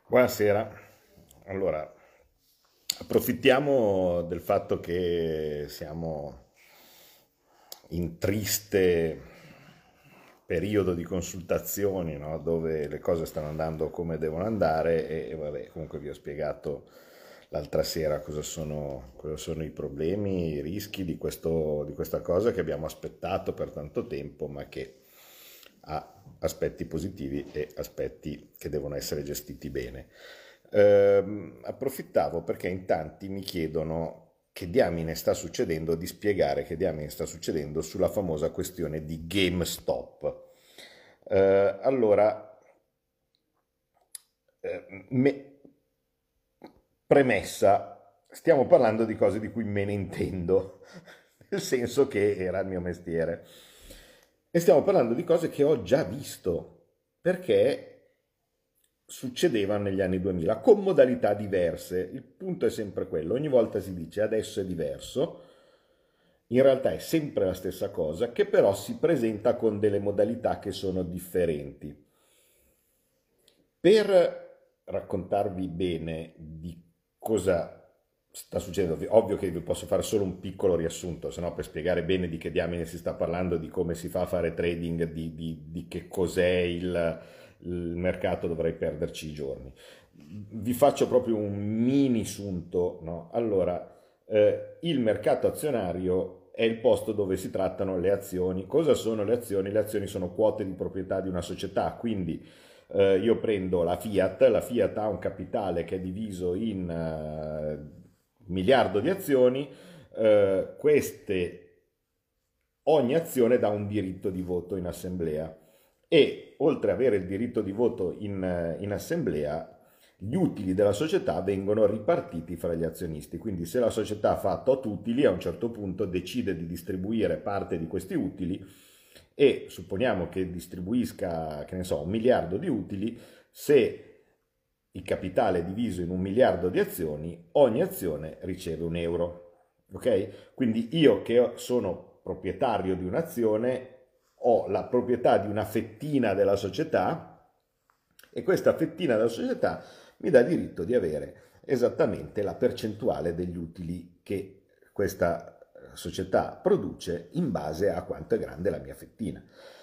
Buonasera. Allora, approfittiamo del fatto che siamo in triste periodo di consultazioni, no? Dove le cose stanno andando come devono andare e vabbè, comunque vi ho spiegato l'altra sera cosa sono i problemi, i rischi di questa cosa che abbiamo aspettato per tanto tempo, ma che ha aspetti positivi e aspetti che devono essere gestiti bene. Approfittavo perché in tanti mi chiedono che diamine sta succedendo, di spiegare che diamine sta succedendo sulla famosa questione di GameStop. Allora, me- premessa, stiamo parlando di cose di cui me ne intendo, nel senso che era il mio mestiere. E stiamo parlando di cose che ho già visto, perché succedevano negli anni 2000, con modalità diverse. Il punto è sempre quello, ogni volta si dice adesso è diverso, in realtà è sempre la stessa cosa, che però si presenta con delle modalità che sono differenti. Per raccontarvi bene di cosa sta succedendo, ovvio che vi posso fare solo un piccolo riassunto, se no per spiegare bene di che diamine si sta parlando, di come si fa a fare trading, di che cos'è il mercato, dovrei perderci i giorni. Vi faccio proprio un mini sunto, no? Allora, il mercato azionario è il posto dove si trattano le azioni. Cosa sono le azioni? Le azioni sono quote di proprietà di una società, quindi io prendo la Fiat ha un capitale che è diviso in miliardo di azioni, queste, ogni azione dà un diritto di voto in assemblea e oltre ad avere il diritto di voto in assemblea, gli utili della società vengono ripartiti fra gli azionisti. Quindi se la società fa tot utili, a un certo punto decide di distribuire parte di questi utili e supponiamo che distribuisca, che ne so, 1 miliardo di utili, se il capitale è diviso in 1 miliardo di azioni, ogni azione riceve 1 euro. Ok? Quindi io che sono proprietario di un'azione ho la proprietà di una fettina della società e questa fettina della società mi dà diritto di avere esattamente la percentuale degli utili che questa società produce in base a quanto è grande la mia fettina.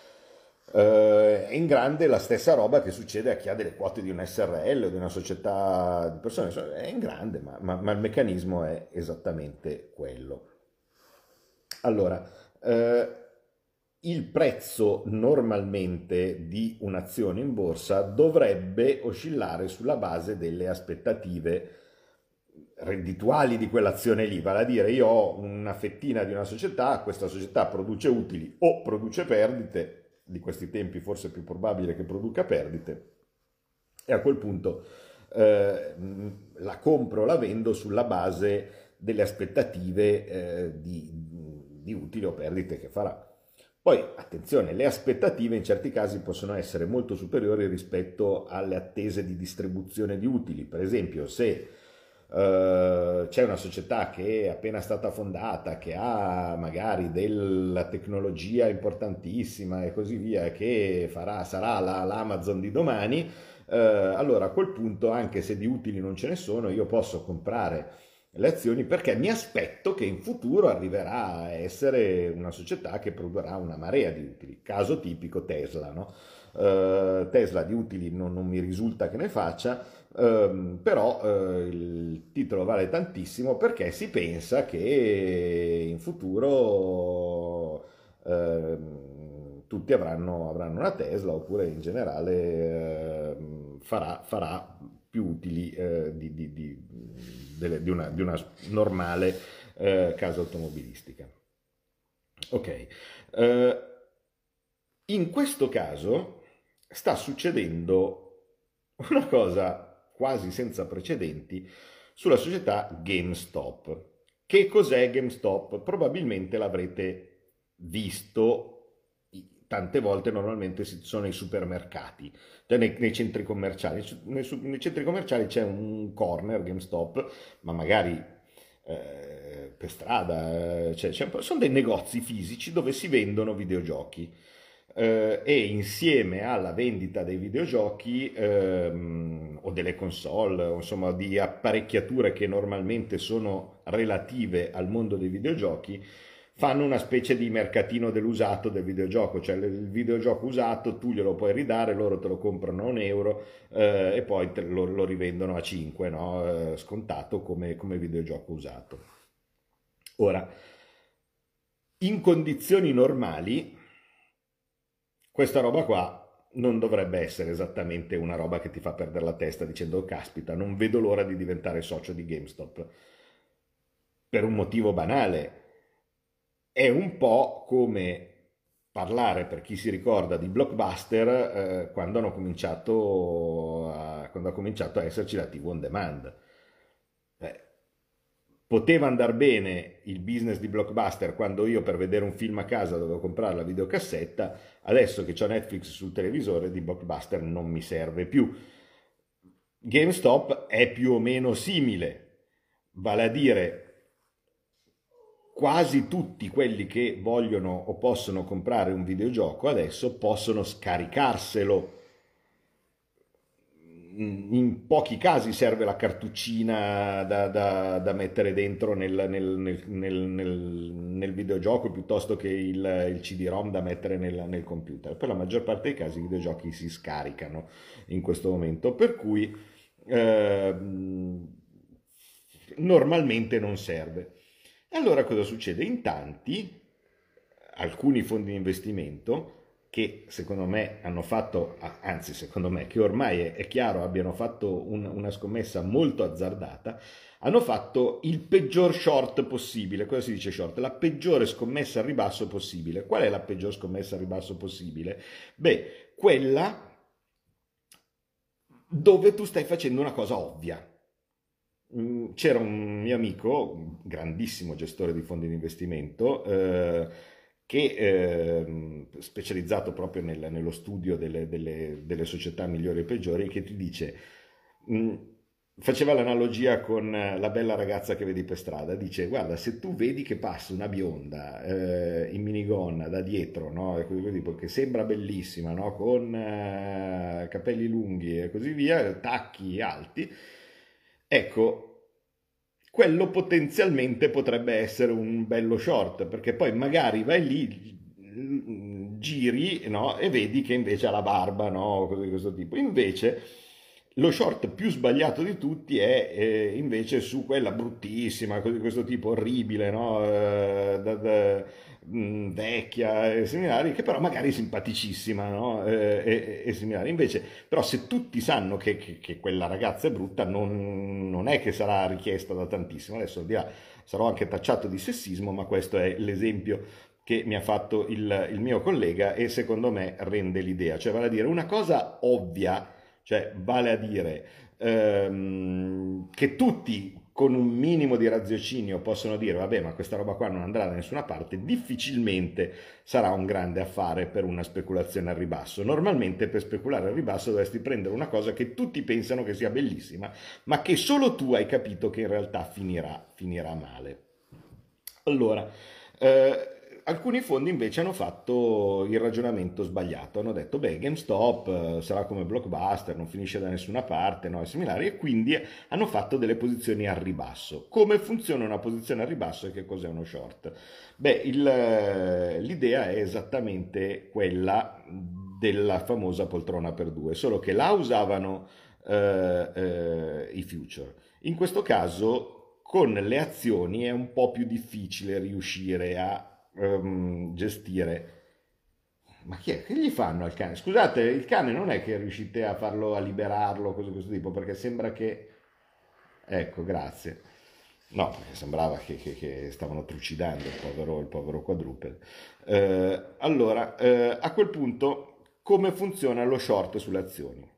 È in grande la stessa roba che succede a chi ha delle quote di un SRL o di una società di persone, è in grande, ma il meccanismo è esattamente quello. Allora, il prezzo normalmente di un'azione in borsa dovrebbe oscillare sulla base delle aspettative reddituali di quell'azione lì, vale a dire io ho una fettina di una società, questa società produce utili o produce perdite, di questi tempi forse è più probabile che produca perdite, e a quel punto la compro o la vendo sulla base delle aspettative di utili o perdite che farà. Poi, attenzione, le aspettative in certi casi possono essere molto superiori rispetto alle attese di distribuzione di utili. Per esempio, se c'è una società che è appena stata fondata, che ha magari della tecnologia importantissima e così via, che sarà l'Amazon di domani, allora a quel punto, anche se di utili non ce ne sono, io posso comprare le azioni perché mi aspetto che in futuro arriverà a essere una società che produrrà una marea di utili. Caso tipico Tesla, no? Tesla di utili non mi risulta che ne faccia, però il titolo vale tantissimo perché si pensa che in futuro tutti avranno una Tesla oppure in generale farà più utili di una normale casa automobilistica. Ok, in questo caso sta succedendo una cosa quasi senza precedenti sulla società GameStop. Che cos'è GameStop? Probabilmente l'avrete visto tante volte, normalmente sono i supermercati, cioè nei centri commerciali. Nei centri commerciali c'è un corner GameStop, ma magari per strada, sono dei negozi fisici dove si vendono videogiochi. e insieme alla vendita dei videogiochi o delle console, o insomma di apparecchiature che normalmente sono relative al mondo dei videogiochi, fanno una specie di mercatino dell'usato del videogioco, cioè il videogioco usato tu glielo puoi ridare, loro te lo comprano a 1 euro e poi lo rivendono a 5, no? Scontato come videogioco usato. Ora, in condizioni normali, questa roba qua non dovrebbe essere esattamente una roba che ti fa perdere la testa dicendo, "Oh, caspita, non vedo l'ora di diventare socio di GameStop." Per un motivo banale. È un po' come parlare, per chi si ricorda, di Blockbuster quando ha cominciato a esserci la TV on demand. Eh, Poteva andare bene il business di Blockbuster quando io per vedere un film a casa dovevo comprare la videocassetta, adesso che c'ho Netflix sul televisore di Blockbuster non mi serve più. GameStop è più o meno simile, vale a dire quasi tutti quelli che vogliono o possono comprare un videogioco adesso possono scaricarselo. In pochi casi serve la cartuccina da mettere dentro nel videogioco piuttosto che il CD-ROM da mettere nel computer. Per la maggior parte dei casi i videogiochi si scaricano in questo momento, per cui normalmente non serve. E allora cosa succede? In tanti, alcuni fondi di investimento che secondo me hanno fatto, anzi secondo me che ormai è chiaro abbiano fatto una scommessa molto azzardata, hanno fatto il peggior short possibile. Cosa si dice short? La peggiore scommessa al ribasso possibile. Qual è la peggior scommessa al ribasso possibile? Beh, quella dove tu stai facendo una cosa ovvia. C'era un mio amico, un grandissimo gestore di fondi di investimento, che specializzato proprio nello studio delle società migliori e peggiori, che ti dice, mh, faceva l'analogia con la bella ragazza che vedi per strada, dice, guarda, se tu vedi che passa una bionda in minigonna da dietro, no? E così, che sembra bellissima, no? Con capelli lunghi e così via, tacchi alti, ecco, quello potenzialmente potrebbe essere un bello short, perché poi magari vai lì, giri, no? E vedi che invece ha la barba, no? Cose di questo tipo. Invece, lo short più sbagliato di tutti è invece su quella bruttissima, cose di questo tipo, orribile, no? Vecchia e similari, che però magari è simpaticissima, no? E similari. Invece, però se tutti sanno che quella ragazza è brutta, non è che sarà richiesta da tantissimo. Adesso al di là sarò anche tacciato di sessismo, ma questo è l'esempio che mi ha fatto il mio collega e secondo me rende l'idea. Cioè, vale a dire, una cosa ovvia, cioè vale a dire che tutti con un minimo di raziocinio possono dire vabbè, ma questa roba qua non andrà da nessuna parte, difficilmente sarà un grande affare per una speculazione al ribasso. Normalmente per speculare al ribasso dovresti prendere una cosa che tutti pensano che sia bellissima, ma che solo tu hai capito che in realtà finirà male. Allora, alcuni fondi invece hanno fatto il ragionamento sbagliato, hanno detto, beh, GameStop sarà come Blockbuster, non finisce da nessuna parte, no, e similari, e quindi hanno fatto delle posizioni al ribasso. Come funziona una posizione al ribasso e che cos'è uno short? Beh, l'idea è esattamente quella della famosa poltrona per due, solo che là usavano i future. In questo caso, con le azioni è un po' più difficile riuscire a gestire. Ma chi è? Che gli fanno al cane? Scusate, il cane non è che riuscite a farlo, a liberarlo, cose di questo tipo, perché sembra che. Ecco, grazie. No, perché sembrava che stavano trucidando il povero quadrupede. Allora, a quel punto, come funziona lo short sulle azioni?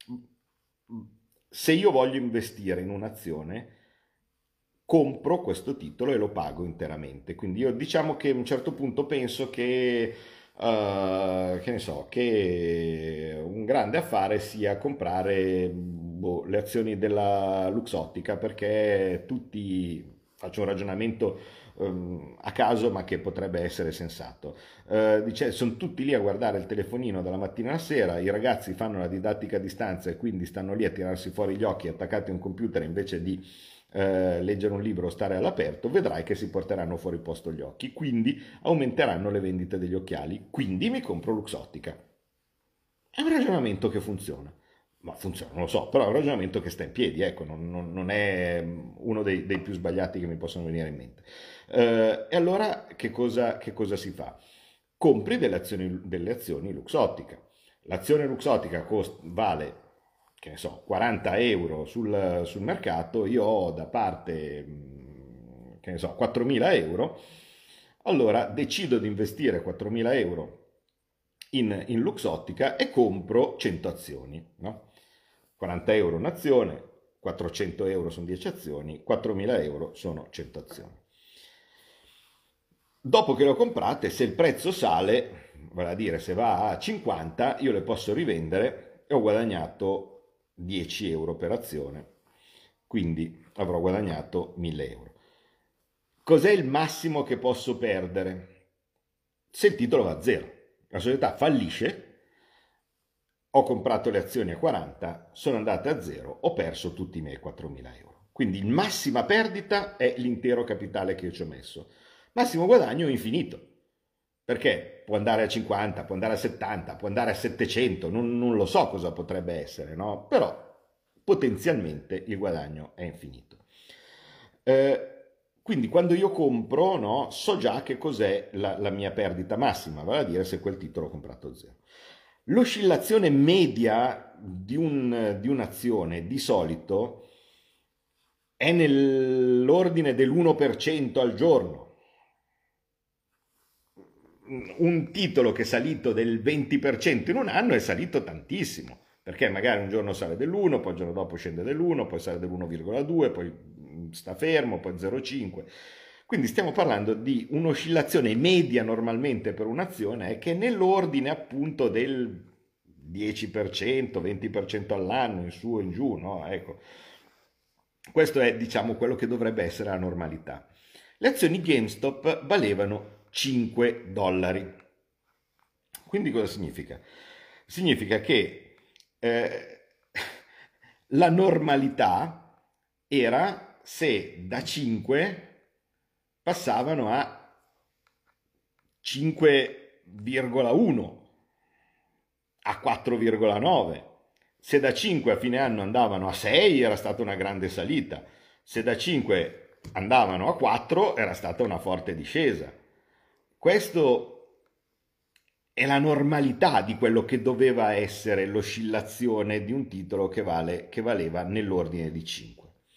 Se io voglio investire in un'azione, compro questo titolo e lo pago interamente. Quindi io diciamo che a un certo punto penso che ne so, che un grande affare sia comprare boh, le azioni della Luxottica perché tutti, faccio un ragionamento a caso, ma che potrebbe essere sensato. Dice, sono tutti lì a guardare il telefonino dalla mattina alla sera, i ragazzi fanno la didattica a distanza e quindi stanno lì a tirarsi fuori gli occhi attaccati a un computer invece di leggere un libro o stare all'aperto, vedrai che si porteranno fuori posto gli occhi, quindi aumenteranno le vendite degli occhiali, quindi mi compro Luxottica. È un ragionamento che funziona. Ma funziona, non lo so, però è un ragionamento che sta in piedi, ecco, non è uno dei più sbagliati che mi possono venire in mente. E allora che cosa si fa? Compri delle azioni Luxottica. L'azione Luxottica vale, che ne so, 40 euro sul mercato, io ho da parte, che ne so, 4.000 euro, allora decido di investire 4.000 euro in Luxottica e compro 100 azioni, no? 40 euro un'azione, 400 euro sono 10 azioni, 4.000 euro sono 100 azioni. Dopo che le ho comprate, se il prezzo sale, vale a dire se va a 50, io le posso rivendere e ho guadagnato 10 euro per azione, quindi avrò guadagnato 1.000 euro. Cos'è il massimo che posso perdere? Se il titolo va a zero, la società fallisce, ho comprato le azioni a 40, sono andate a zero, ho perso tutti i miei 4.000 euro. Quindi il massima perdita è l'intero capitale che io ci ho messo. Massimo guadagno infinito, perché può andare a 50, può andare a 70, può andare a 700, non lo so cosa potrebbe essere, no? Però potenzialmente il guadagno è infinito. Quindi quando io compro, no, so già che cos'è la mia perdita massima, vale a dire se quel titolo ho comprato a zero. L'oscillazione media di un'azione di solito è nell'ordine dell'1% al giorno. Un titolo che è salito del 20% in un anno è salito tantissimo, perché magari un giorno sale dell'1, poi il giorno dopo scende dell'1, poi sale dell'1,2, poi sta fermo, poi 0,5. Quindi stiamo parlando di un'oscillazione media normalmente per un'azione che è nell'ordine appunto del 10%, 20% all'anno, in su e in giù, no? Ecco. Questo è, diciamo, quello che dovrebbe essere la normalità. Le azioni GameStop valevano 5 dollari. Quindi cosa significa? Significa che la normalità era se da 5 passavano a 5,1, a 4,9. Se da 5 a fine anno andavano a 6 era stata una grande salita, se da 5 andavano a 4 era stata una forte discesa. Questo è la normalità di quello che doveva essere l'oscillazione di un titolo che valeva nell'ordine di 5.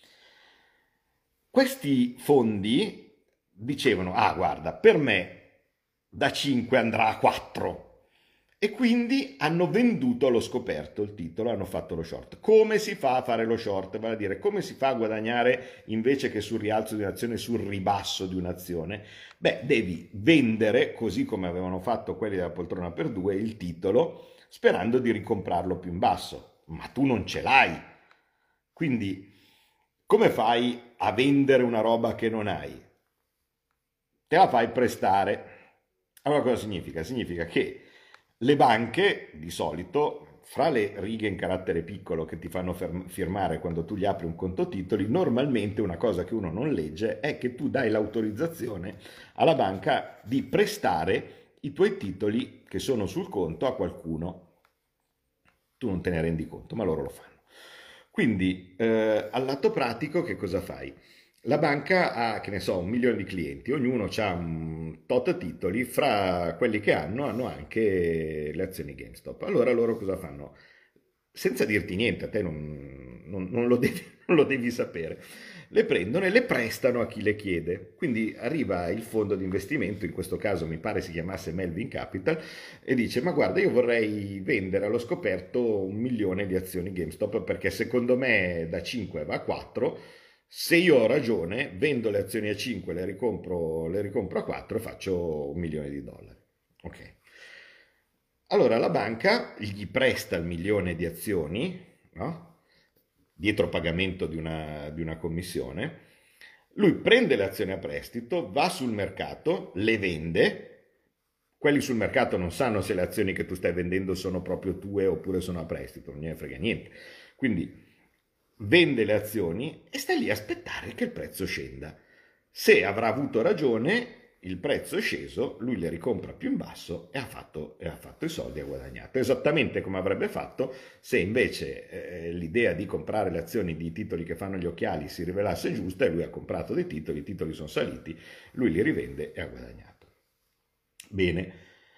Questi fondi dicevano, ah guarda, per me da 5 andrà a 4. E quindi hanno venduto allo scoperto il titolo, hanno fatto lo short. Come si fa a fare lo short? Vale a dire, come si fa a guadagnare invece che sul rialzo di un'azione, sul ribasso di un'azione? Beh, devi vendere, così come avevano fatto quelli della poltrona per due, il titolo, sperando di ricomprarlo più in basso. Ma tu non ce l'hai. Quindi, come fai a vendere una roba che non hai? Te la fai prestare. Allora cosa significa? Significa che le banche, di solito, fra le righe in carattere piccolo che ti fanno firmare quando tu gli apri un conto titoli, normalmente una cosa che uno non legge è che tu dai l'autorizzazione alla banca di prestare i tuoi titoli che sono sul conto a qualcuno. Tu non te ne rendi conto, ma loro lo fanno. Quindi, all'atto pratico, che cosa fai? La banca ha, che ne so, 1 milione di clienti, ognuno ha un tot titoli, fra quelli che hanno anche le azioni GameStop. Allora loro cosa fanno? Senza dirti niente, a te non lo devi sapere. Le prendono e le prestano a chi le chiede. Quindi arriva il fondo di investimento, in questo caso mi pare si chiamasse Melvin Capital, e dice, ma guarda, io vorrei vendere allo scoperto 1 milione di azioni GameStop perché secondo me da 5 va a 4. Se io ho ragione, vendo le azioni a 5, le ricompro a 4 e faccio 1 milione di dollari. Ok. Allora la banca gli presta il 1 milione di azioni, no? Dietro pagamento di una commissione, Lui prende le azioni a prestito, va sul mercato, le vende. Quelli sul mercato non sanno se le azioni che tu stai vendendo sono proprio tue oppure sono a prestito, non gliene frega niente. Quindi vende le azioni e sta lì a aspettare che il prezzo scenda. Se avrà avuto ragione, il prezzo è sceso, lui le ricompra più in basso e ha fatto i soldi, ha guadagnato. Esattamente come avrebbe fatto se invece l'idea di comprare le azioni di titoli che fanno gli occhiali si rivelasse giusta e lui ha comprato dei titoli, i titoli sono saliti, lui li rivende e ha guadagnato. Bene,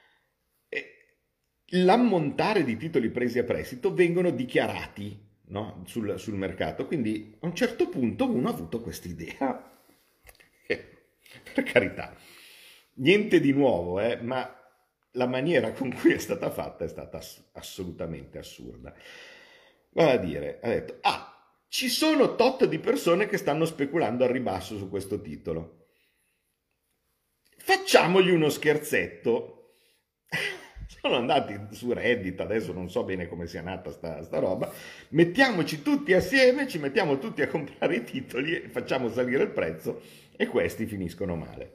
l'ammontare di titoli presi a prestito vengono dichiarati, no, sul mercato, quindi a un certo punto uno ha avuto questa idea. Per carità, niente di nuovo, ma la maniera con cui è stata fatta è stata assolutamente assurda. Vale a dire, ha detto, ci sono tot di persone che stanno speculando al ribasso su questo titolo. Facciamogli uno scherzetto. Sono andati su Reddit, adesso non so bene come sia nata sta roba, mettiamoci tutti assieme, ci mettiamo tutti a comprare i titoli e facciamo salire il prezzo e questi finiscono male.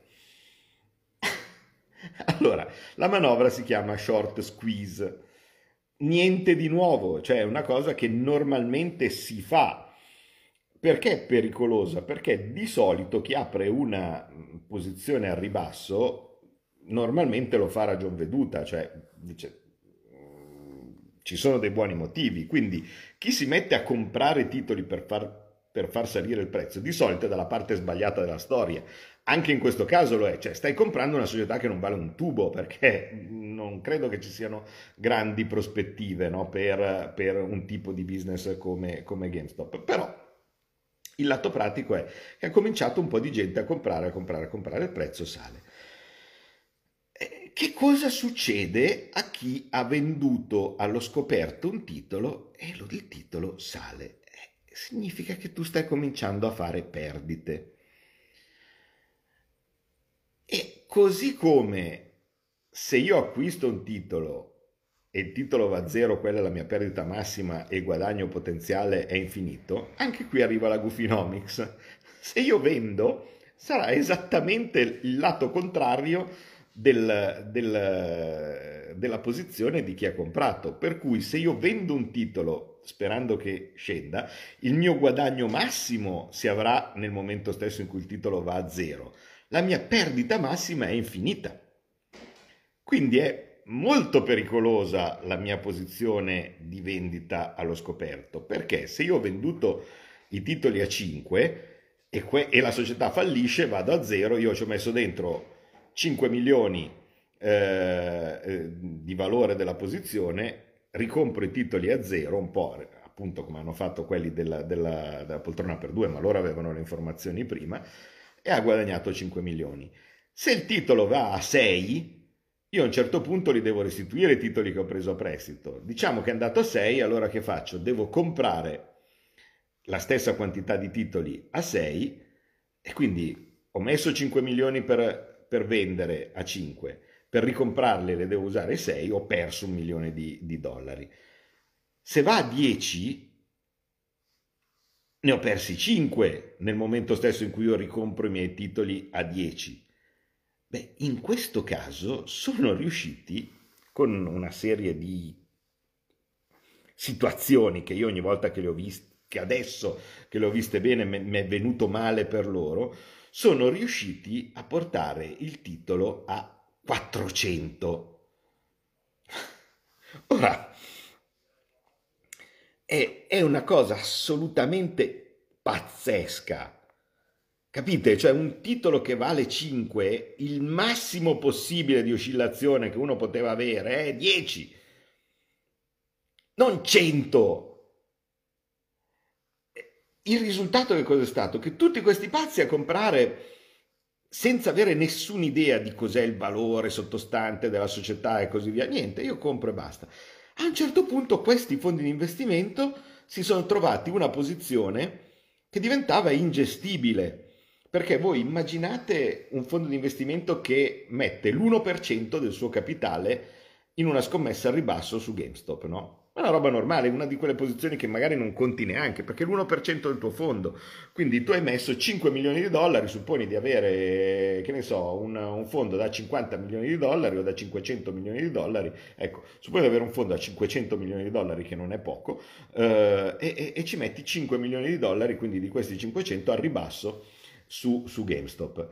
Allora, la manovra si chiama short squeeze, niente di nuovo, cioè è una cosa che normalmente si fa. Perché è pericolosa? Perché di solito chi apre una posizione al ribasso normalmente lo fa a ragion veduta, cioè dice ci sono dei buoni motivi, quindi chi si mette a comprare titoli per far salire il prezzo di solito è dalla parte sbagliata della storia. Anche in questo caso lo è, cioè stai comprando una società che non vale un tubo perché non credo che ci siano grandi prospettive, no, per un tipo di business come GameStop, però il lato pratico è che ha cominciato un po' di gente a comprare, il prezzo sale. Che cosa succede a chi ha venduto allo scoperto un titolo e il titolo sale? Significa che tu stai cominciando a fare perdite. E così come se io acquisto un titolo e il titolo va a zero, quella è la mia perdita massima e il guadagno potenziale è infinito, anche qui arriva la Goofynomics. Se io vendo, sarà esattamente il lato contrario della posizione di chi ha comprato. Per cui se io vendo un titolo sperando che scenda, il mio guadagno massimo si avrà nel momento stesso in cui il titolo va a zero. La mia perdita massima è infinita. Quindi è molto pericolosa la mia posizione di vendita allo scoperto, perché se io ho venduto i titoli a 5 e la società fallisce, vado a zero, io ci ho messo dentro 5 milioni di valore della posizione, ricompro i titoli a zero, un po' appunto come hanno fatto quelli della poltrona per due, ma loro avevano le informazioni prima, e ha guadagnato 5 milioni. Se il titolo va a 6, io a un certo punto li devo restituire i titoli che ho preso a prestito. Diciamo che è andato a 6, allora che faccio? Devo comprare la stessa quantità di titoli a 6 e quindi ho messo 5 milioni per vendere a 5, per ricomprarle le devo usare 6, ho perso 1 milione di dollari. Se va a 10, ne ho persi 5 nel momento stesso in cui io ricompro i miei titoli a 10. Beh, in questo caso sono riusciti, con una serie di situazioni che io ogni volta che le ho viste, che adesso che le ho viste bene mi è venuto male per loro, sono riusciti a portare il titolo a 400. Ora, è una cosa assolutamente pazzesca. Capite? Cioè un titolo che vale 5, il massimo possibile di oscillazione che uno poteva avere è 10, non 100. Il risultato che cosa è stato? Che tutti questi pazzi a comprare senza avere nessuna idea di cos'è il valore sottostante della società e così via, niente, io compro e basta. A un certo punto questi fondi di investimento si sono trovati una posizione che diventava ingestibile. Perché voi immaginate un fondo di investimento che mette l'1% del suo capitale in una scommessa al ribasso su GameStop, no? È una roba normale, una di quelle posizioni che magari non conti neanche, perché è l'1% del tuo fondo. Quindi tu hai messo 5 milioni di dollari, supponi di avere, che ne so, un fondo da 50 milioni di dollari o da 500 milioni di dollari. Ecco, supponi di avere un fondo da 500 milioni di dollari, che non è poco, e ci metti 5 milioni di dollari, quindi di questi 500 al ribasso su GameStop.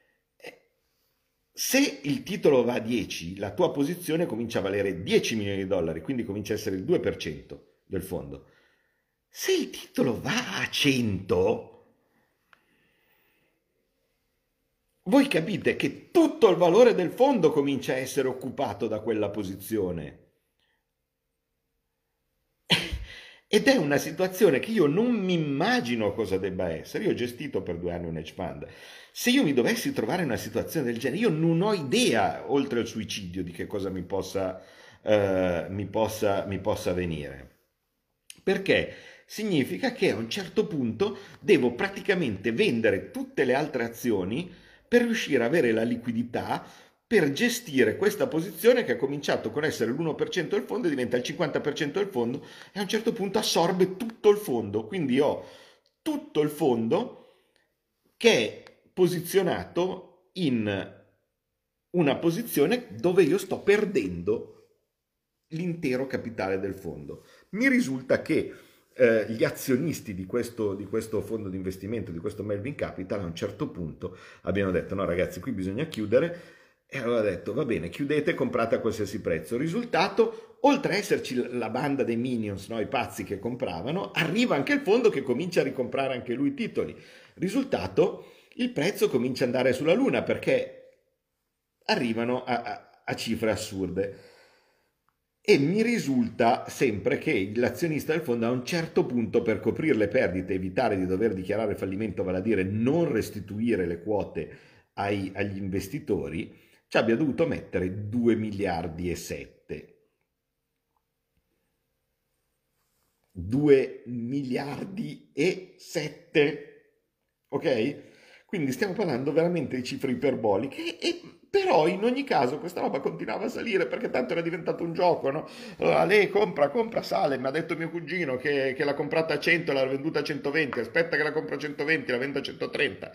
Se il titolo va a 10, la tua posizione comincia a valere 10 milioni di dollari, quindi comincia a essere il 2% del fondo. Se il titolo va a 100, voi capite che tutto il valore del fondo comincia a essere occupato da quella posizione. Ed è una situazione che io non mi immagino cosa debba essere. Io ho gestito per 2 anni un hedge fund. Se io mi dovessi trovare in una situazione del genere, io non ho idea, oltre al suicidio, di che cosa mi possa venire. Perché significa che a un certo punto devo praticamente vendere tutte le altre azioni per riuscire a avere la liquidità per gestire questa posizione che ha cominciato con essere l'1% del fondo e diventa il 50% del fondo e a un certo punto assorbe tutto il fondo. Quindi ho tutto il fondo che è posizionato in una posizione dove io sto perdendo l'intero capitale del fondo. Mi risulta che gli azionisti di questo fondo di investimento, di questo Melvin Capital, a un certo punto abbiano detto no ragazzi, qui bisogna chiudere, e aveva detto va bene, chiudete, comprate a qualsiasi prezzo. Risultato, oltre a esserci la banda dei minions, no, i pazzi che compravano, arriva anche il fondo che comincia a ricomprare anche lui i titoli. Risultato, il prezzo comincia ad andare sulla luna perché arrivano a cifre assurde. E mi risulta sempre che l'azionista del fondo a un certo punto, per coprire le perdite, evitare di dover dichiarare fallimento, vale a dire non restituire le quote agli investitori, ci abbia dovuto mettere 2 miliardi e 7. 2 miliardi e 7, ok? Quindi stiamo parlando veramente di cifre iperboliche e però in ogni caso questa roba continuava a salire perché tanto era diventato un gioco, no? Allora, lei compra, sale, mi ha detto mio cugino che l'ha comprata a 100 e l'ha venduta a 120, aspetta che la compro a 120, la vendo a 130.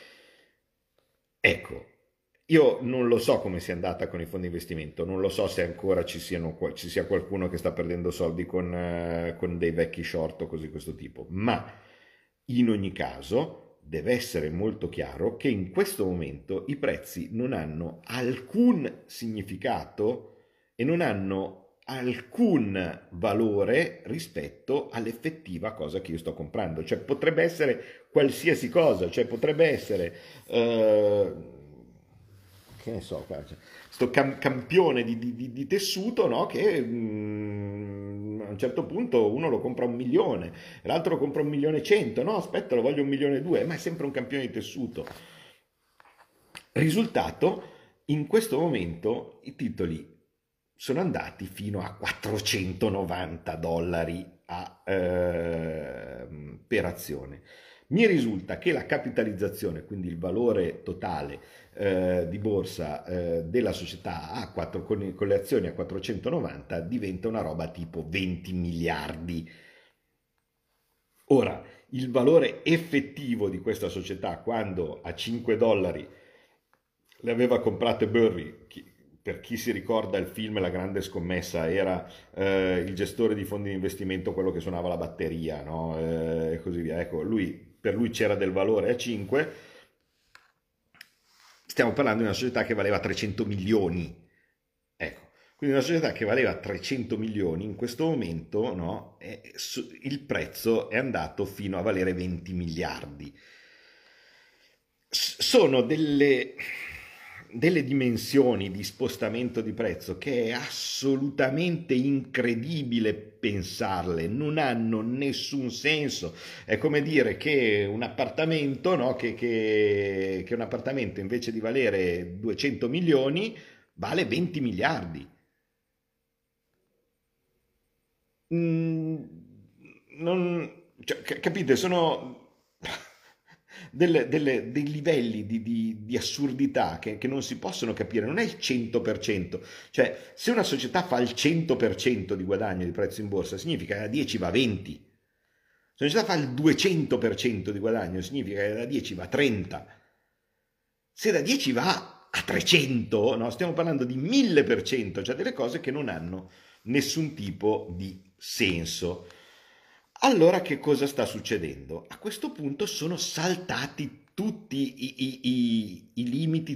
Ecco, io non lo so come sia andata con i fondi di investimento, non lo so se ancora ci sia qualcuno che sta perdendo soldi con dei vecchi short o così di questo tipo, ma in ogni caso deve essere molto chiaro che in questo momento i prezzi non hanno alcun significato e non hanno alcun valore rispetto all'effettiva cosa che io sto comprando, cioè potrebbe essere qualsiasi cosa, cioè potrebbe essere eh, che ne so, sto campione di tessuto, no? Che a un certo punto uno lo compra 1 milione, l'altro lo compra 1 milione e 100, no? Aspetta, lo voglio 1 milione e 2, ma è sempre un campione di tessuto. Risultato, in questo momento i titoli sono andati fino a 490 dollari per azione. Mi risulta che la capitalizzazione, quindi il valore totale di borsa della società con le azioni a 490 diventa una roba tipo 20 miliardi. Ora, il valore effettivo di questa società quando a 5 dollari le aveva comprate Burry, per chi si ricorda il film La grande scommessa, era il gestore di fondi di investimento, quello che suonava la batteria, no? E così via. Ecco, per lui c'era del valore a 5, stiamo parlando di una società che valeva 300 milioni. Ecco, quindi una società che valeva 300 milioni in questo momento, no, il prezzo è andato fino a valere 20 miliardi. Sono delle dimensioni di spostamento di prezzo che è assolutamente incredibile pensarle, non hanno nessun senso. È come dire che un appartamento, no, che un appartamento invece di valere 200 milioni vale 20 miliardi. Mm, non, cioè, capite, sono dei livelli di assurdità che non si possono capire, non è il 100%, cioè se una società fa il 100% di guadagno di prezzo in borsa, significa che da 10 va a 20, se una società fa il 200% di guadagno, significa che da 10 va a 30, se da 10 va a 300, no? Stiamo parlando di 1000%, cioè delle cose che non hanno nessun tipo di senso. Allora che cosa sta succedendo? A questo punto sono saltati tutti i limiti,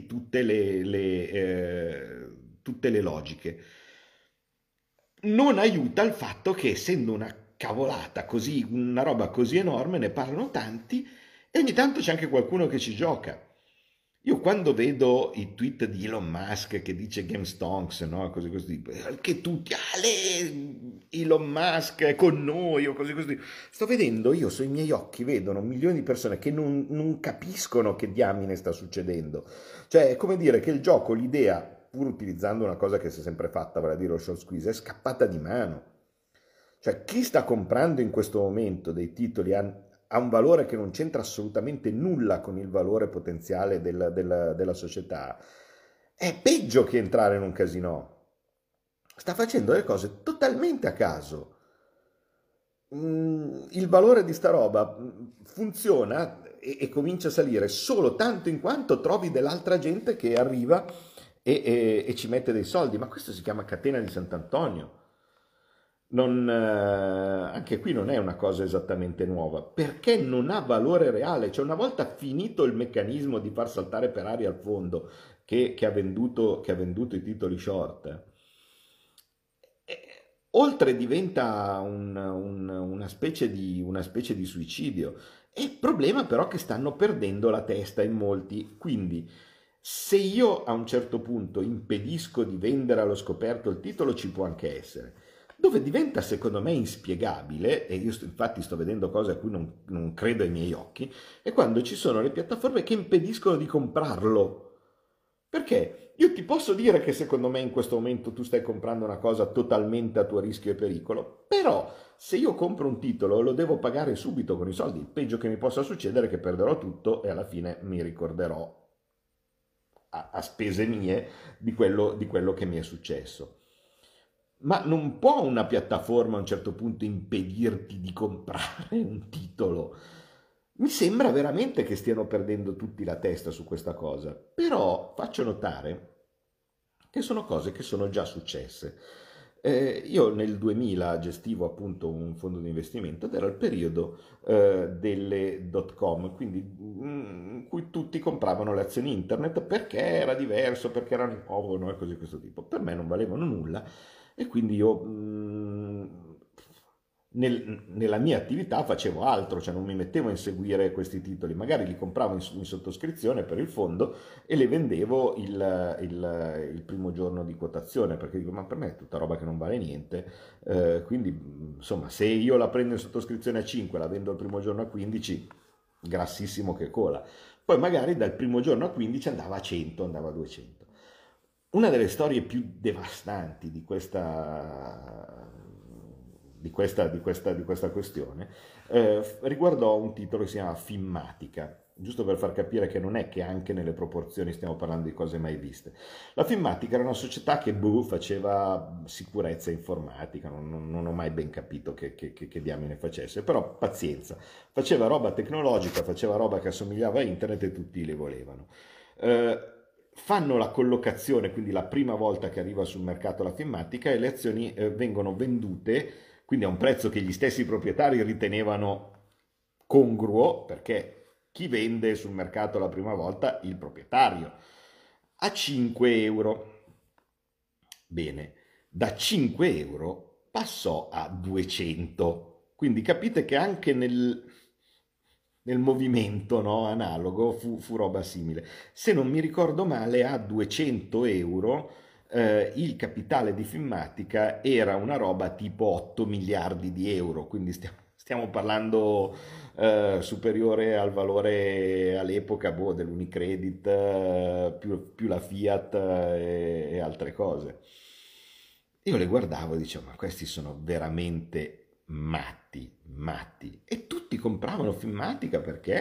tutte le logiche. Non aiuta il fatto che essendo una cavolata così, una roba così enorme, ne parlano tanti e ogni tanto c'è anche qualcuno che ci gioca. Io quando vedo i tweet di Elon Musk che dice GameStonks, no? Così così, che tutti, Elon Musk è con noi o così così. Sto vedendo, io sui miei occhi vedono milioni di persone che non capiscono che diamine sta succedendo. Cioè, è come dire che il gioco, l'idea, pur utilizzando una cosa che si è sempre fatta, vale a dire lo short squeeze, è scappata di mano. Cioè, chi sta comprando in questo momento dei titoli ha un valore che non c'entra assolutamente nulla con il valore potenziale della società, è peggio che entrare in un casino. Sta facendo delle cose totalmente a caso. Il valore di sta roba funziona e comincia a salire solo tanto in quanto trovi dell'altra gente che arriva e ci mette dei soldi. Ma questo si chiama catena di Sant'Antonio. Anche qui non è una cosa esattamente nuova, perché non ha valore reale, cioè una volta finito il meccanismo di far saltare per aria il fondo che ha venduto i titoli short, oltre diventa una specie di suicidio. E il problema però è che stanno perdendo la testa in molti, quindi se io a un certo punto impedisco di vendere allo scoperto il titolo ci può anche essere. Dove diventa secondo me inspiegabile, e io infatti sto vedendo cose a cui non credo ai miei occhi, è quando ci sono le piattaforme che impediscono di comprarlo. Perché io ti posso dire che secondo me in questo momento tu stai comprando una cosa totalmente a tuo rischio e pericolo, però se io compro un titolo lo devo pagare subito con i soldi. Il peggio che mi possa succedere è che perderò tutto e alla fine mi ricorderò a spese mie di quello che mi è successo. Ma non può una piattaforma a un certo punto impedirti di comprare un titolo. Mi sembra veramente che stiano perdendo tutti la testa su questa cosa, però faccio notare che sono cose che sono già successe. Io nel 2000 gestivo appunto un fondo di investimento ed era il periodo delle dot com, quindi in cui tutti compravano le azioni internet perché era diverso, perché era nuovo, no? E cose di questo tipo. Per me non valevano nulla e quindi io nella mia attività facevo altro, cioè non mi mettevo a inseguire questi titoli, magari li compravo in sottoscrizione per il fondo e le vendevo il primo giorno di quotazione, perché dico, ma per me è tutta roba che non vale niente, quindi insomma se io la prendo in sottoscrizione a 5, la vendo il primo giorno a 15, grassissimo che cola. Poi magari dal primo giorno a 15 andava a 100, andava a 200. Una delle storie più devastanti di questa questione riguardò un titolo che si chiama Filmatica, giusto per far capire che non è che anche nelle proporzioni stiamo parlando di cose mai viste. La Filmatica era una società che faceva sicurezza informatica, non ho mai ben capito che diamine facesse, però pazienza, faceva roba tecnologica, faceva roba che assomigliava a internet e tutti le volevano. Fanno la collocazione, quindi la prima volta che arriva sul mercato la Filmatica e le azioni vengono vendute, quindi a un prezzo che gli stessi proprietari ritenevano congruo, perché chi vende sul mercato la prima volta? Il proprietario, a 5 euro. Bene, da 5 euro passò a 200, quindi capite che anche nel movimento, no, analogo fu roba simile. Se non mi ricordo male, a 200 euro il capitale di Filmatica era una roba tipo 8 miliardi di euro, quindi stiamo parlando superiore al valore all'epoca dell'Unicredit, più la Fiat e altre cose. Io le guardavo e dicevo, ma questi sono veramente matti, matti. E tutti tutti compravano Filmatica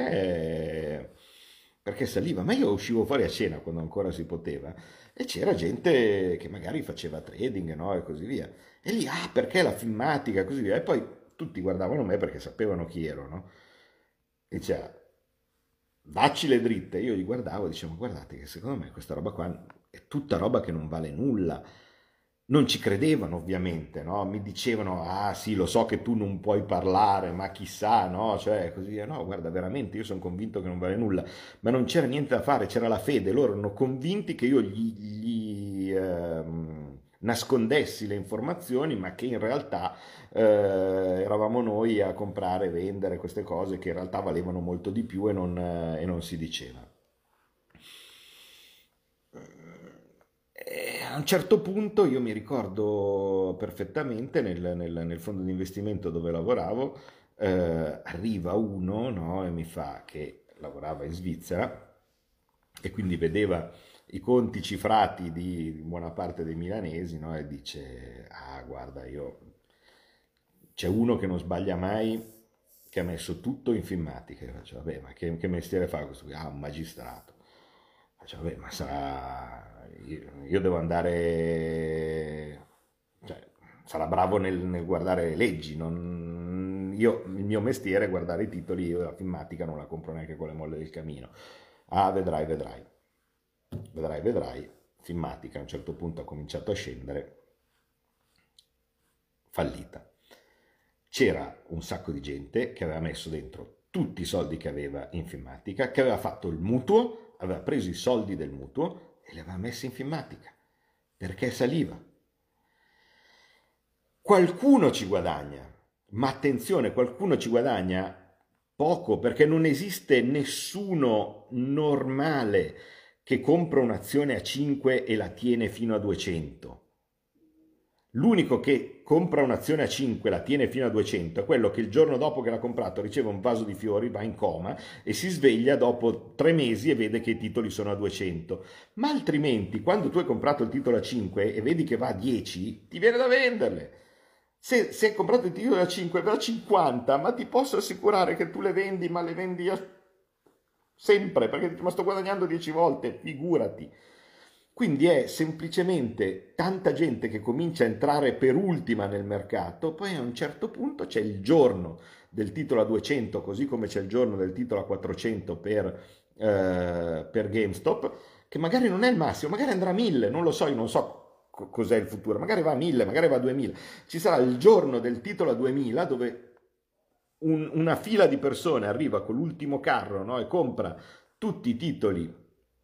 perché saliva, ma io uscivo fuori a cena quando ancora si poteva e c'era gente che magari faceva trading, no? E così via. E lì, perché la Filmatica, e così via. E poi tutti guardavano me perché sapevano chi ero, no? E diceva, dacci le dritte. Io gli guardavo e dicevo, "Ma guardate che secondo me questa roba qua è tutta roba che non vale nulla. Non ci credevano ovviamente, no? Mi dicevano, ah sì, lo so che tu non puoi parlare, ma chissà, no? Cioè, così via. No, guarda, veramente, io sono convinto che non vale nulla, ma non c'era niente da fare, c'era la fede. Loro erano convinti che io gli nascondessi le informazioni, ma che in realtà eravamo noi a comprare e vendere queste cose che in realtà valevano molto di più e non si diceva. E a un certo punto io mi ricordo perfettamente nel fondo di investimento dove lavoravo, arriva uno, no, e mi fa che lavorava in Svizzera e quindi vedeva i conti cifrati di buona parte dei milanesi, no, e dice, ah guarda, c'è uno che non sbaglia mai, che ha messo tutto in filmatica. Io faccio, vabbè, ma che mestiere fa questo qui? Ah, un magistrato. Faccio, vabbè, ma sarà... io devo andare... Cioè, sarà bravo nel guardare le leggi. Il mio mestiere è guardare i titoli, io la filmatica non la compro neanche con le molle del camino. Ah, vedrai, vedrai. Vedrai, vedrai. Filmatica a un certo punto ha cominciato a scendere, fallita. C'era un sacco di gente che aveva messo dentro tutti i soldi che aveva in Filmatica, che aveva fatto il mutuo, aveva preso i soldi del mutuo e li aveva messi in Filmatica, perché saliva. Qualcuno ci guadagna, ma attenzione, qualcuno ci guadagna poco, perché non esiste nessuno normale che compra un'azione a 5 e la tiene fino a 200. L'unico che compra un'azione a 5 e la tiene fino a 200 è quello che il giorno dopo che l'ha comprato riceve un vaso di fiori, va in coma e si sveglia dopo 3 mesi e vede che i titoli sono a 200. Ma altrimenti, quando tu hai comprato il titolo a 5 e vedi che va a 10, ti viene da venderle. Se hai comprato il titolo a 5 e va a 50, ma ti posso assicurare che tu le vendi, ma le vendi sempre, perché ma sto guadagnando 10 volte, figurati. Quindi è semplicemente tanta gente che comincia a entrare per ultima nel mercato, poi a un certo punto c'è il giorno del titolo a 200, così come c'è il giorno del titolo a 400 per GameStop, che magari non è il massimo, magari andrà a 1000, non lo so, io non so cos'è il futuro, magari va a 1000, magari va a 2000. Ci sarà il giorno del titolo a 2000 dove una fila di persone arriva con l'ultimo carro, no, e compra tutti i titoli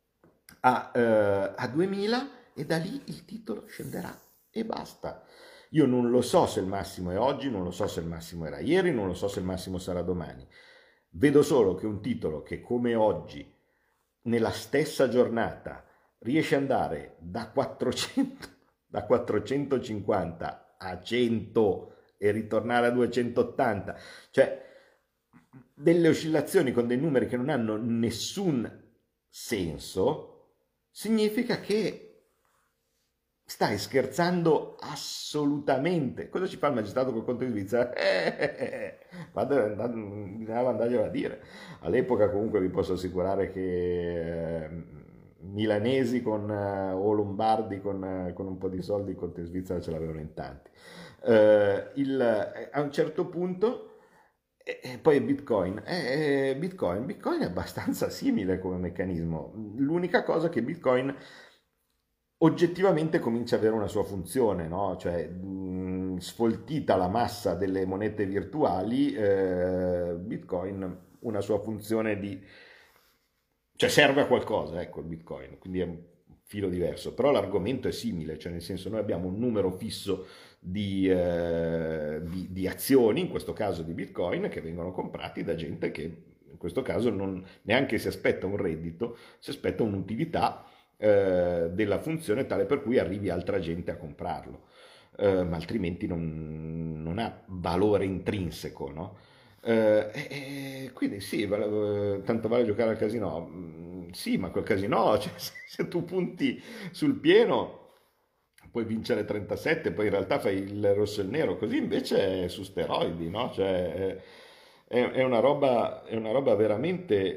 a 2000 e da lì il titolo scenderà e basta. Io non lo so se il massimo è oggi, non lo so se il massimo era ieri, non lo so se il massimo sarà domani. Vedo solo che un titolo che come oggi, nella stessa giornata, riesce ad andare da 400, da 450 a 100 e ritornare a 280, cioè delle oscillazioni con dei numeri che non hanno nessun senso, significa che stai scherzando assolutamente. Cosa ci fa il magistrato col conto in Svizzera? Bisognava andarglielo a dire. All'epoca comunque vi posso assicurare che milanesi o lombardi con un po' di soldi il conto in Svizzera ce l'avevano in tanti. A un certo punto... E poi Bitcoin. Bitcoin è abbastanza simile come meccanismo. L'unica cosa che Bitcoin oggettivamente comincia ad avere una sua funzione, no? Cioè, sfoltita la massa delle monete virtuali, Bitcoin una sua funzione cioè serve a qualcosa, ecco, il Bitcoin, quindi è un filo diverso, però l'argomento è simile, cioè nel senso noi abbiamo un numero fisso di azioni, in questo caso di Bitcoin, che vengono comprati da gente che in questo caso non neanche si aspetta un reddito, si aspetta un'utilità della funzione tale per cui arrivi altra gente a comprarlo, ma altrimenti non ha valore intrinseco, no? Quindi sì, tanto vale giocare al casino. Sì, ma quel casino, cioè, se tu punti sul pieno puoi vincere 37, poi in realtà fai il rosso e il nero, così invece è su steroidi, no? Cioè, è una roba veramente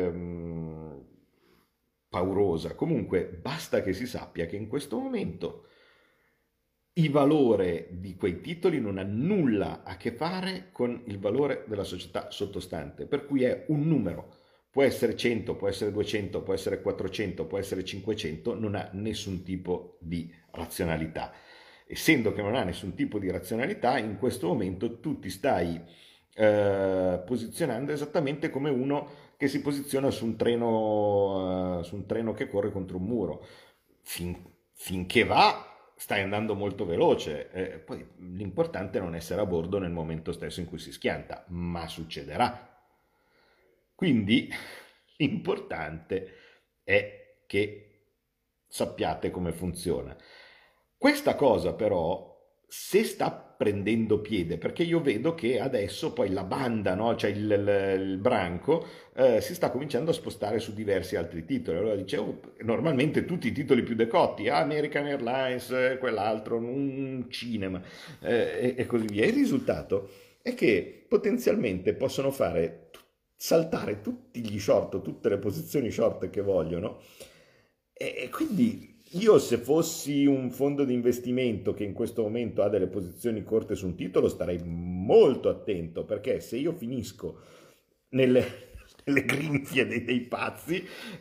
paurosa. Comunque, basta che si sappia che in questo momento il valore di quei titoli non ha nulla a che fare con il valore della società sottostante, per cui è un numero. Può essere 100, può essere 200, può essere 400, può essere 500, non ha nessun tipo di razionalità. Essendo che non ha nessun tipo di razionalità, in questo momento tu ti stai posizionando esattamente come uno che si posiziona su un treno che corre contro un muro. Finché va, stai andando molto veloce, poi l'importante è non essere a bordo nel momento stesso in cui si schianta, ma succederà. Quindi l'importante è che sappiate come funziona. Questa cosa però, se sta prendendo piede, perché io vedo che adesso poi la banda, no? Cioè il branco, si sta cominciando a spostare su diversi altri titoli. Allora dicevo, normalmente tutti i titoli più decotti, American Airlines, quell'altro, un cinema, e così via. Il risultato è che potenzialmente possono fare saltare tutti gli short, tutte le posizioni short che vogliono, e quindi io, se fossi un fondo di investimento che in questo momento ha delle posizioni corte su un titolo, starei molto attento, perché se io finisco nelle, nelle grinfie dei pazzi,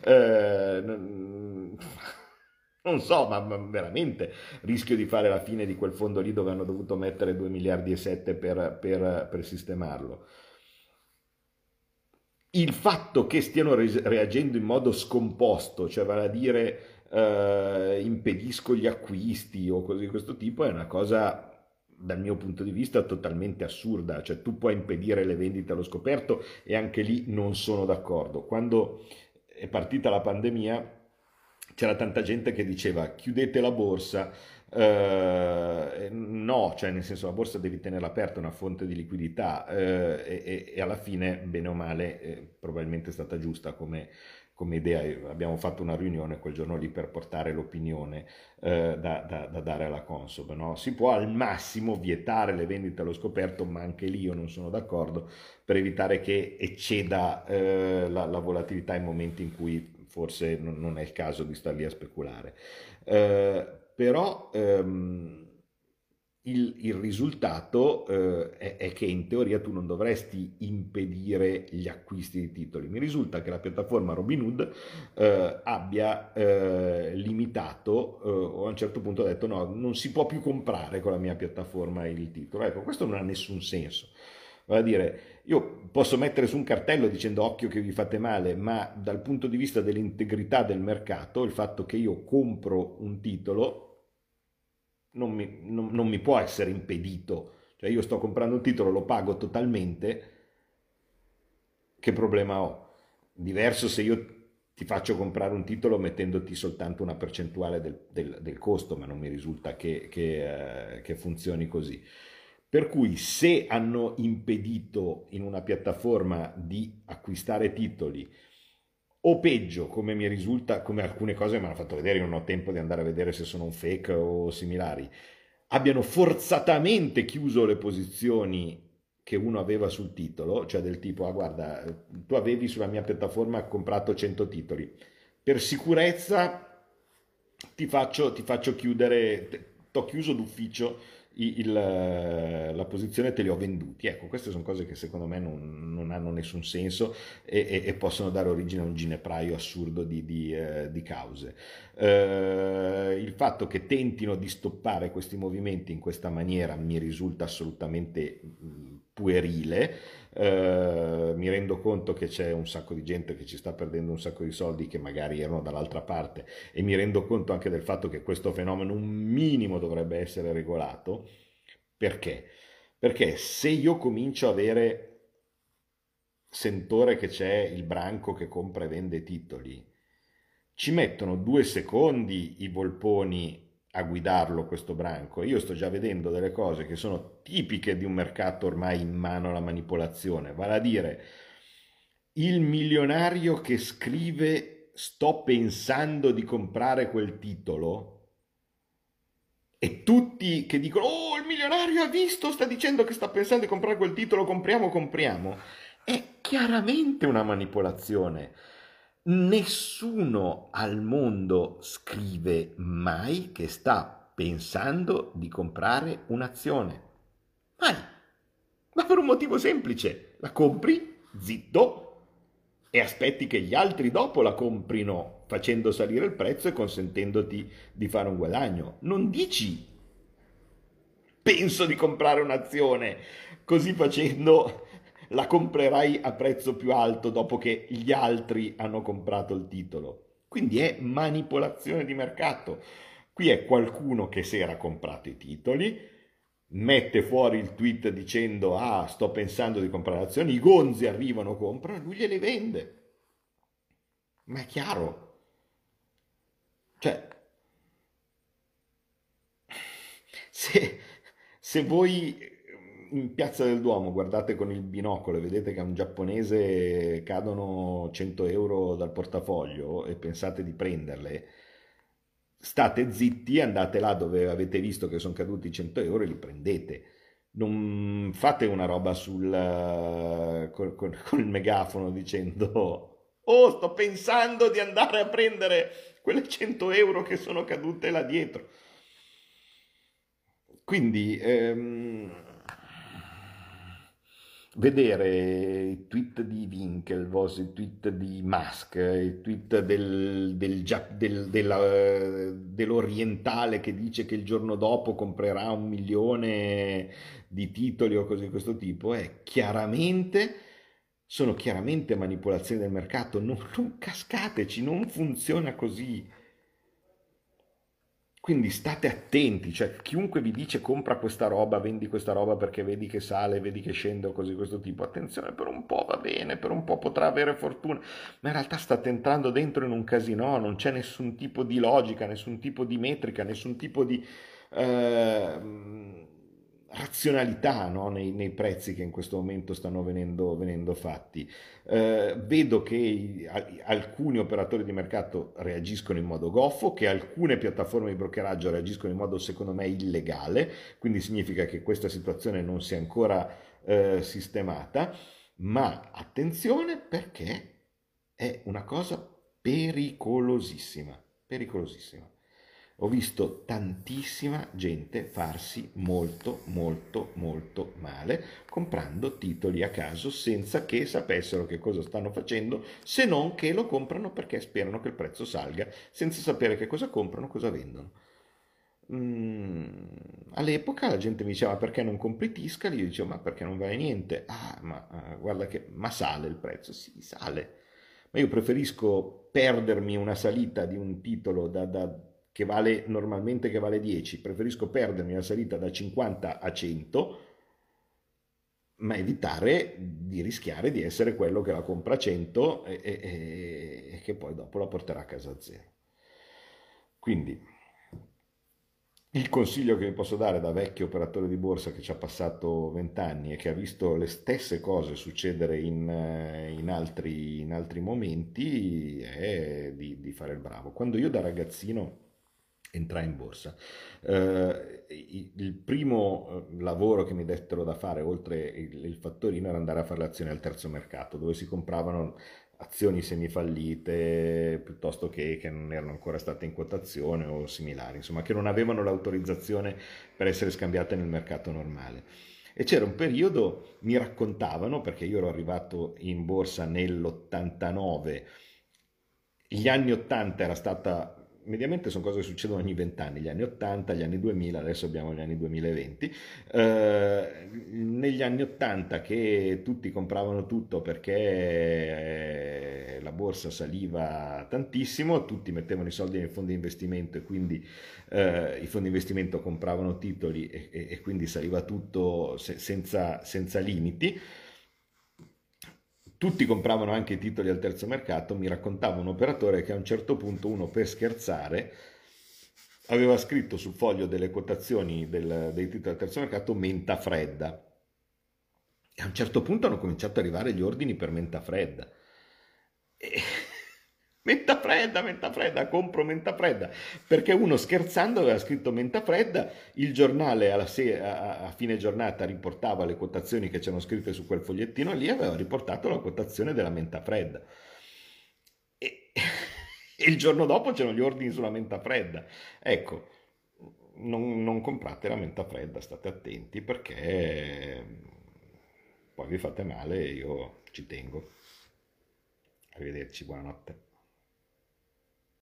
non so, ma veramente rischio di fare la fine di quel fondo lì dove hanno dovuto mettere 2 miliardi e 7 per sistemarlo. Il fatto che stiano reagendo in modo scomposto, cioè vale a dire impedisco gli acquisti o cose di questo tipo, è una cosa dal mio punto di vista totalmente assurda. Cioè tu puoi impedire le vendite allo scoperto e anche lì non sono d'accordo. Quando è partita la pandemia c'era tanta gente che diceva chiudete la borsa. No, cioè nel senso la borsa devi tenerla aperta, è una fonte di liquidità, e alla fine, bene o male, probabilmente è stata giusta come idea. Abbiamo fatto una riunione quel giorno lì per portare l'opinione da dare alla Consob, no? Si può al massimo vietare le vendite allo scoperto, ma anche lì io non sono d'accordo, per evitare che ecceda la volatilità in momenti in cui forse non è il caso di star lì a speculare. Però il risultato è che in teoria tu non dovresti impedire gli acquisti di titoli. Mi risulta che la piattaforma Robinhood abbia limitato, o a un certo punto ha detto no, non si può più comprare con la mia piattaforma il titolo. Ecco, questo non ha nessun senso. Vale a dire, io posso mettere su un cartello dicendo occhio che vi fate male, ma dal punto di vista dell'integrità del mercato, il fatto che io compro un titolo non mi può essere impedito. Cioè io sto comprando un titolo, lo pago totalmente, che problema ho? Diverso se io ti faccio comprare un titolo mettendoti soltanto una percentuale del costo, ma non mi risulta che funzioni così. Per cui se hanno impedito in una piattaforma di acquistare titoli, o peggio, come mi risulta, come alcune cose mi hanno fatto vedere, io non ho tempo di andare a vedere se sono un fake o similari, abbiano forzatamente chiuso le posizioni che uno aveva sul titolo, cioè del tipo, ah guarda, tu avevi sulla mia piattaforma comprato 100 titoli, per sicurezza ti faccio chiudere, t'ho chiuso d'ufficio la posizione, te li ho venduti. Ecco, queste sono cose che secondo me non hanno nessun senso e possono dare origine a un ginepraio assurdo di cause. Il fatto che tentino di stoppare questi movimenti in questa maniera mi risulta assolutamente puerile. Mi rendo conto che c'è un sacco di gente che ci sta perdendo un sacco di soldi che magari erano dall'altra parte, e mi rendo conto anche del fatto che questo fenomeno un minimo dovrebbe essere regolato. Perché? Perché se io comincio a avere sentore che c'è il branco che compra e vende titoli, ci mettono 2 secondi i volponi a guidarlo questo branco. Io sto già vedendo delle cose che sono tipiche di un mercato ormai in mano alla manipolazione, vale a dire il milionario che scrive sto pensando di comprare quel titolo, e tutti che dicono oh il milionario ha visto, sta dicendo che sta pensando di comprare quel titolo, compriamo, compriamo. chiaramente una manipolazione. Nessuno al mondo scrive mai che sta pensando di comprare un'azione. Mai. Ma per un motivo semplice. La compri, zitto, e aspetti che gli altri dopo la comprino facendo salire il prezzo e consentendoti di fare un guadagno. Non dici penso di comprare un'azione, così facendo la comprerai a prezzo più alto dopo che gli altri hanno comprato il titolo. Quindi è manipolazione di mercato. Qui è qualcuno che si era comprato i titoli, mette fuori il tweet dicendo ah sto pensando di comprare azioni, i gonzi arrivano, comprano, lui gliele vende. Ma è chiaro, cioè se, se voi in Piazza del Duomo guardate con il binocolo e vedete che a un giapponese cadono 100 euro dal portafoglio e pensate di prenderle, state zitti, andate là dove avete visto che sono caduti 100 euro e li prendete. Non fate una roba con il megafono dicendo oh, sto pensando di andare a prendere quelle 100 euro che sono cadute là dietro. Quindi vedere i tweet di Winklevoss, i tweet di Musk, i tweet dell'orientale che dice che il giorno dopo comprerà 1 milione di titoli o cose di questo tipo, sono chiaramente manipolazioni del mercato, non cascateci, non funziona così. Quindi state attenti, cioè chiunque vi dice compra questa roba, vendi questa roba perché vedi che sale, vedi che scende o cose di questo tipo, attenzione, per un po' va bene, per un po' potrà avere fortuna, ma in realtà state entrando dentro in un casino, non c'è nessun tipo di logica, nessun tipo di metrica, nessun tipo di eh, razionalità, no, nei prezzi che in questo momento stanno venendo fatti. Vedo che alcuni operatori di mercato reagiscono in modo goffo, che alcune piattaforme di brokeraggio reagiscono in modo secondo me illegale, quindi significa che questa situazione non si è ancora sistemata, ma attenzione perché è una cosa pericolosissima, pericolosissima. Ho visto tantissima gente farsi molto, molto, molto male comprando titoli a caso senza che sapessero che cosa stanno facendo, se non che lo comprano perché sperano che il prezzo salga, senza sapere che cosa comprano, cosa vendono. All'epoca la gente mi diceva ma perché non compri Tiscali? Io dicevo ma perché non vale niente? Ah, ma guarda che ma sale il prezzo? Sì, sale. Ma io preferisco perdermi una salita di un titolo che vale normalmente che vale 10, preferisco perdermi una salita da 50 a 100, ma evitare di rischiare di essere quello che la compra a 100 e che poi dopo la porterà a casa a 0. Quindi il consiglio che vi posso dare da vecchio operatore di borsa che ci ha passato 20 anni e che ha visto le stesse cose succedere in altri momenti è di fare il bravo. Quando io da ragazzino entrai in borsa, il primo lavoro che mi dettero da fare, oltre il fattorino, era andare a fare le azioni al terzo mercato, dove si compravano azioni semifallite piuttosto che non erano ancora state in quotazione o similari, insomma, che non avevano l'autorizzazione per essere scambiate nel mercato normale. E c'era un periodo, mi raccontavano, perché io ero arrivato in borsa nell'89, gli anni 80 era stata, mediamente sono cose che succedono ogni 20 anni, gli anni 80, gli anni 2000, adesso abbiamo gli anni 2020, negli anni 80 che tutti compravano tutto perché la borsa saliva tantissimo, tutti mettevano i soldi nei fondi di investimento e quindi i fondi di investimento compravano titoli e quindi saliva tutto senza limiti. Tutti compravano anche i titoli al terzo mercato, mi raccontava un operatore che a un certo punto uno per scherzare aveva scritto sul foglio delle quotazioni dei titoli al terzo mercato menta fredda. E a un certo punto hanno cominciato ad arrivare gli ordini per menta fredda. E Menta fredda, compro menta fredda, perché uno scherzando aveva scritto menta fredda, il giornale a fine giornata riportava le quotazioni che c'erano scritte su quel fogliettino lì, aveva riportato la quotazione della menta fredda. E, e il giorno dopo c'erano gli ordini sulla menta fredda. Ecco, non comprate la menta fredda, state attenti perché poi vi fate male e io ci tengo. Arrivederci, buonanotte.